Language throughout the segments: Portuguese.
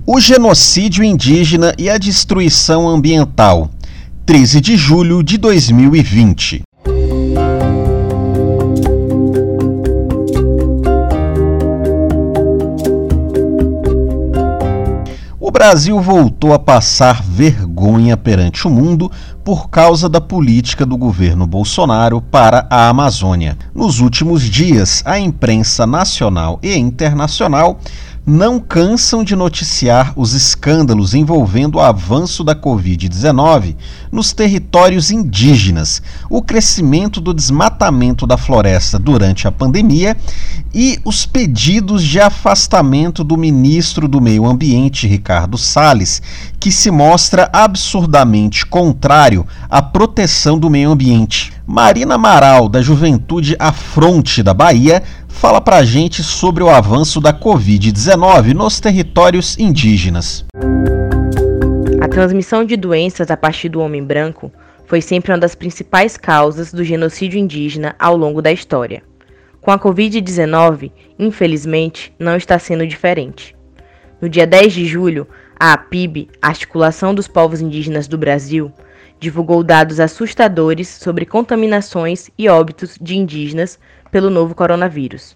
O genocídio indígena e a destruição ambiental, 13 de julho de 2020. O Brasil voltou a passar vergonha perante o mundo por causa da política do governo Bolsonaro para a Amazônia. Nos últimos dias, a imprensa nacional e internacional não cansam de noticiar os escândalos envolvendo o avanço da Covid-19 nos territórios indígenas, o crescimento do desmatamento da floresta durante a pandemia e os pedidos de afastamento do ministro do Meio Ambiente, Ricardo Salles, que se mostra absurdamente contrário à proteção do meio ambiente. Marina Amaral, da Juventude Afronte da Bahia, fala pra gente sobre o avanço da Covid-19 nos territórios indígenas. A transmissão de doenças a partir do homem branco foi sempre uma das principais causas do genocídio indígena ao longo da história. Com a Covid-19, infelizmente, não está sendo diferente. No dia 10 de julho, a APIB, Articulação dos Povos Indígenas do Brasil, divulgou dados assustadores sobre contaminações e óbitos de indígenas pelo novo coronavírus.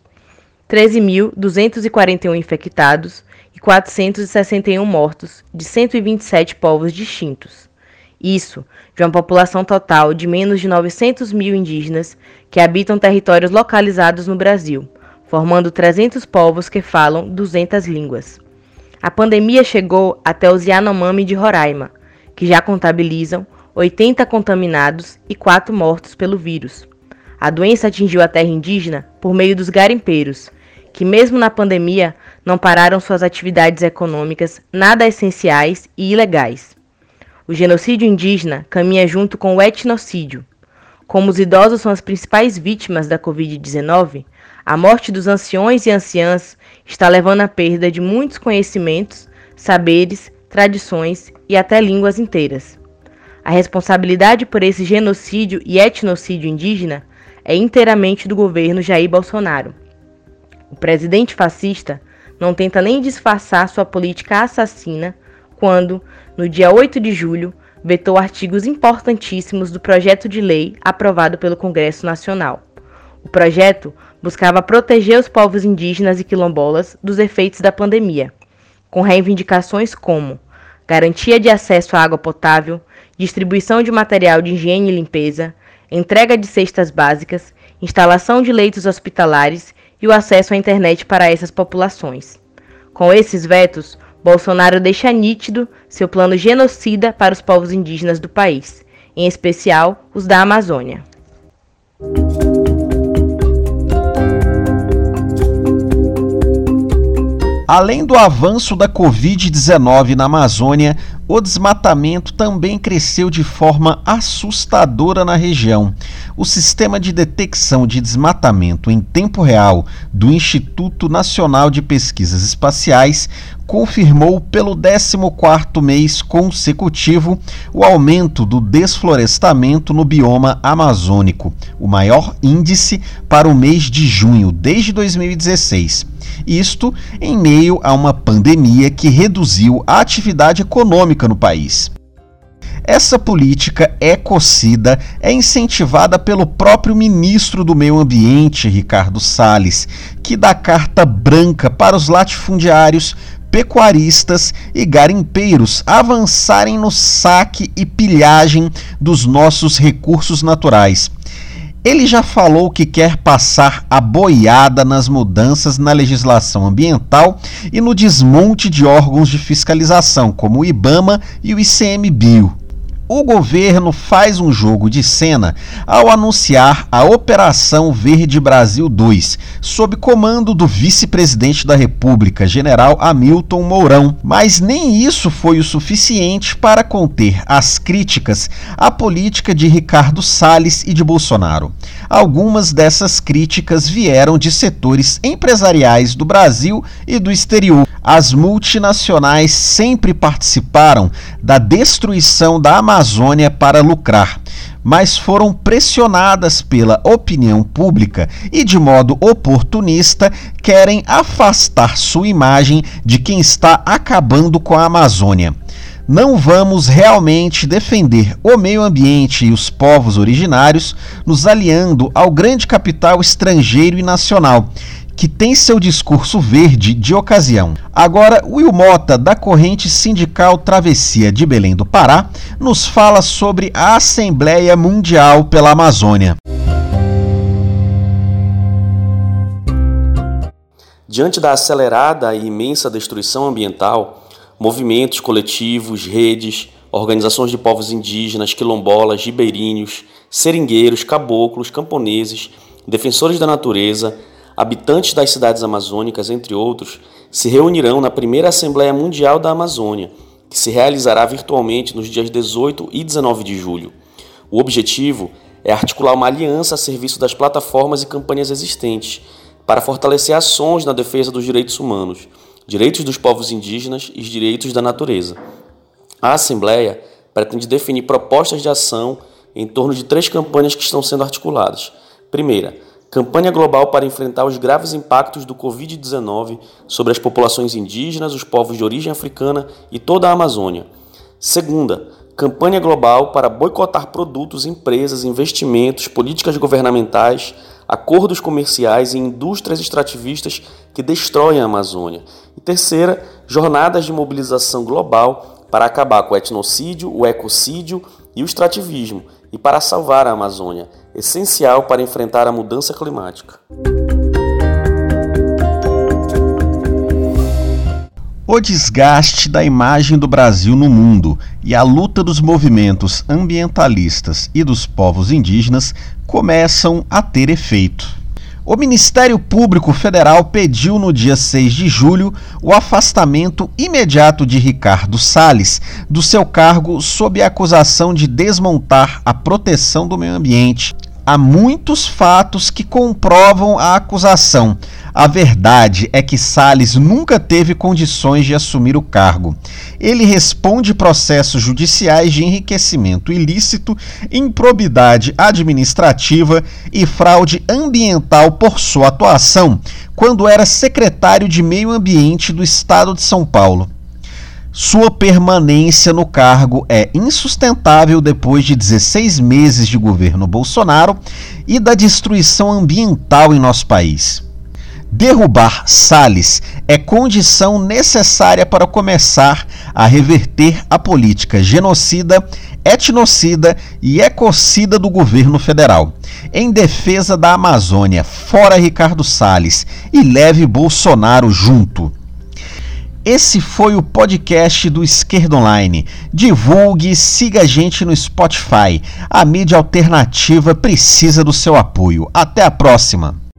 13.241 infectados e 461 mortos de 127 povos distintos. Isso de uma população total de menos de 900 mil indígenas que habitam territórios localizados no Brasil, formando 300 povos que falam 200 línguas. A pandemia chegou até os Yanomami de Roraima, que já contabilizam 80 contaminados e 4 mortos pelo vírus. A doença atingiu a terra indígena por meio dos garimpeiros, que mesmo na pandemia não pararam suas atividades econômicas nada essenciais e ilegais. O genocídio indígena caminha junto com o etnocídio. Como os idosos são as principais vítimas da Covid-19, a morte dos anciões e anciãs está levando à perda de muitos conhecimentos, saberes, tradições e até línguas inteiras. A responsabilidade por esse genocídio e etnocídio indígena é inteiramente do governo Jair Bolsonaro. O presidente fascista não tenta nem disfarçar sua política assassina quando, no dia 8 de julho, vetou artigos importantíssimos do projeto de lei aprovado pelo Congresso Nacional. O projeto buscava proteger os povos indígenas e quilombolas dos efeitos da pandemia, com reivindicações como garantia de acesso à água potável, distribuição de material de higiene e limpeza, entrega de cestas básicas, instalação de leitos hospitalares e o acesso à internet para essas populações. Com esses vetos, Bolsonaro deixa nítido seu plano genocida para os povos indígenas do país, em especial os da Amazônia. Além do avanço da Covid-19 na Amazônia, o desmatamento também cresceu de forma assustadora na região. O Sistema de Detecção de Desmatamento em Tempo Real do Instituto Nacional de Pesquisas Espaciais confirmou pelo 14º mês consecutivo o aumento do desflorestamento no bioma amazônico, o maior índice para o mês de junho desde 2016. Isto em meio a uma pandemia que reduziu a atividade econômica no país. Essa política ecocida é incentivada pelo próprio ministro do Meio Ambiente, Ricardo Salles, que dá carta branca para os latifundiários, pecuaristas e garimpeiros avançarem no saque e pilhagem dos nossos recursos naturais. Ele já falou que quer passar a boiada nas mudanças na legislação ambiental e no desmonte de órgãos de fiscalização, como o IBAMA e o ICMBio. O governo faz um jogo de cena ao anunciar a Operação Verde Brasil 2, sob comando do vice-presidente da República, general Hamilton Mourão. Mas nem isso foi o suficiente para conter as críticas à política de Ricardo Salles e de Bolsonaro. Algumas dessas críticas vieram de setores empresariais do Brasil e do exterior. As multinacionais sempre participaram da destruição da Amazônia Amazônia para lucrar, mas foram pressionadas pela opinião pública e, de modo oportunista, querem afastar sua imagem de quem está acabando com a Amazônia. Não vamos realmente defender o meio ambiente e os povos originários, nos aliando ao grande capital estrangeiro e nacional, que tem seu discurso verde de ocasião. Agora, Will Mota, da corrente sindical Travessia de Belém do Pará, nos fala sobre a Assembleia Mundial pela Amazônia. Diante da acelerada e imensa destruição ambiental, movimentos coletivos, redes, organizações de povos indígenas, quilombolas, ribeirinhos, seringueiros, caboclos, camponeses, defensores da natureza, habitantes das cidades amazônicas, entre outros, se reunirão na primeira Assembleia Mundial da Amazônia, que se realizará virtualmente nos dias 18 e 19 de julho. O objetivo é articular uma aliança a serviço das plataformas e campanhas existentes, para fortalecer ações na defesa dos direitos humanos, direitos dos povos indígenas e os direitos da natureza. A Assembleia pretende definir propostas de ação em torno de 3 campanhas que estão sendo articuladas. Primeira, campanha global para enfrentar os graves impactos do Covid-19 sobre as populações indígenas, os povos de origem africana e toda a Amazônia. Segunda, campanha global para boicotar produtos, empresas, investimentos, políticas governamentais, acordos comerciais e indústrias extrativistas que destroem a Amazônia. E terceira, jornadas de mobilização global para acabar com o etnocídio, o ecocídio e o extrativismo e para salvar a Amazônia, essencial para enfrentar a mudança climática. O desgaste da imagem do Brasil no mundo e a luta dos movimentos ambientalistas e dos povos indígenas começam a ter efeito. O Ministério Público Federal pediu no dia 6 de julho o afastamento imediato de Ricardo Salles do seu cargo sob a acusação de desmontar a proteção do meio ambiente. Há muitos fatos que comprovam a acusação. A verdade é que Salles nunca teve condições de assumir o cargo. Ele responde processos judiciais de enriquecimento ilícito, improbidade administrativa e fraude ambiental por sua atuação, quando era secretário de Meio Ambiente do Estado de São Paulo. Sua permanência no cargo é insustentável depois de 16 meses de governo Bolsonaro e da destruição ambiental em nosso país. Derrubar Salles é condição necessária para começar a reverter a política genocida, etnocida e ecocida do governo federal. Em defesa da Amazônia, fora Ricardo Salles e leve Bolsonaro junto. Esse foi o podcast do Esquerda Online. Divulgue e siga a gente no Spotify. A mídia alternativa precisa do seu apoio. Até a próxima!